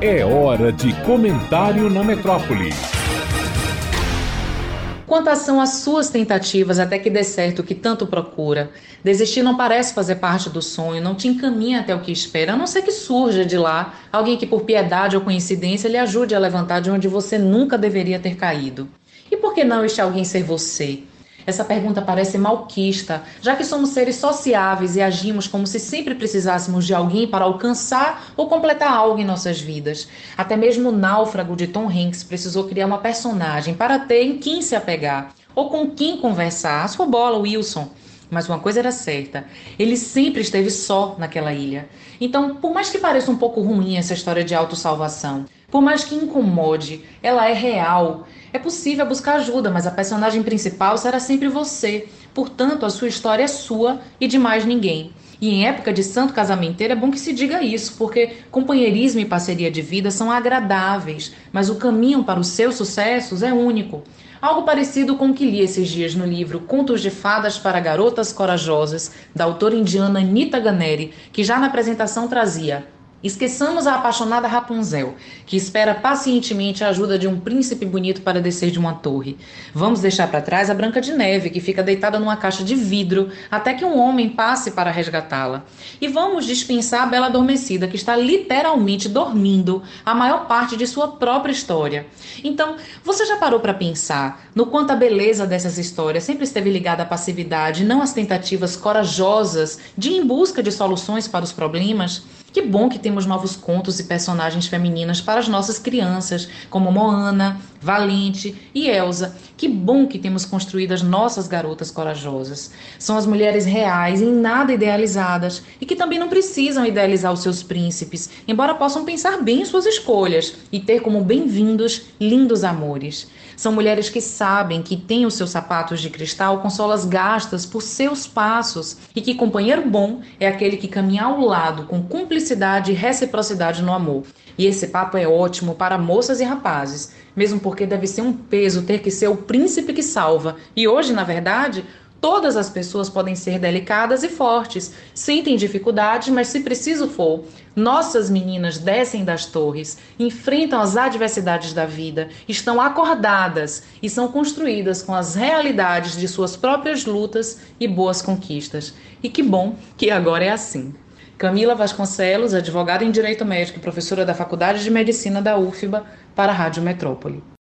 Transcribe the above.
É hora de comentário na metrópole. Quantas são as suas tentativas até que dê certo o que tanto procura? Desistir não parece fazer parte do sonho, não te encaminha até o que espera, a não ser que surja de lá alguém que por piedade ou coincidência lhe ajude a levantar de onde você nunca deveria ter caído. E por que não este alguém ser você? Essa pergunta parece malquista, já que somos seres sociáveis e agimos como se sempre precisássemos de alguém para alcançar ou completar algo em nossas vidas. Até mesmo o náufrago de Tom Hanks precisou criar uma personagem para ter em quem se apegar ou com quem conversar, a sua bola, Wilson. Mas uma coisa era certa, ele sempre esteve só naquela ilha. Então, por mais que pareça um pouco ruim essa história de autossalvação, por mais que incomode, ela é real. É possível buscar ajuda, mas a personagem principal será sempre você. Portanto, a sua história é sua e de mais ninguém. E em época de santo casamenteiro é bom que se diga isso, porque companheirismo e parceria de vida são agradáveis, mas o caminho para os seus sucessos é único. Algo parecido com o que li esses dias no livro Contos de Fadas para Garotas Corajosas, da autora indiana Nita Ganeri, que já na apresentação trazia: esqueçamos a apaixonada Rapunzel, que espera pacientemente a ajuda de um príncipe bonito para descer de uma torre. Vamos deixar para trás a Branca de Neve, que fica deitada numa caixa de vidro até que um homem passe para resgatá-la. E vamos dispensar a Bela Adormecida, que está literalmente dormindo a maior parte de sua própria história. Então, você já parou para pensar no quanto a beleza dessas histórias sempre esteve ligada à passividade, não às tentativas corajosas de ir em busca de soluções para os problemas? Que bom que temos novos contos e personagens femininas para as nossas crianças, como Moana, Valente e Elsa. Que bom que temos construído as nossas garotas corajosas. São as mulheres reais, em nada idealizadas, e que também não precisam idealizar os seus príncipes, embora possam pensar bem em suas escolhas e ter como bem-vindos lindos amores. São mulheres que sabem que têm os seus sapatos de cristal com solas gastas por seus passos e que companheiro bom é aquele que caminha ao lado com cumplicidade e reciprocidade no amor. E esse papo é ótimo para moças e rapazes, mesmo porque deve ser um peso ter que ser o príncipe que salva. E hoje, na verdade, todas as pessoas podem ser delicadas e fortes, sentem dificuldades, mas se preciso for, nossas meninas descem das torres, enfrentam as adversidades da vida, estão acordadas e são construídas com as realidades de suas próprias lutas e boas conquistas. E que bom que agora é assim. Camila Vasconcelos, advogada em Direito Médico e professora da Faculdade de Medicina da UFBA, para a Rádio Metrópole.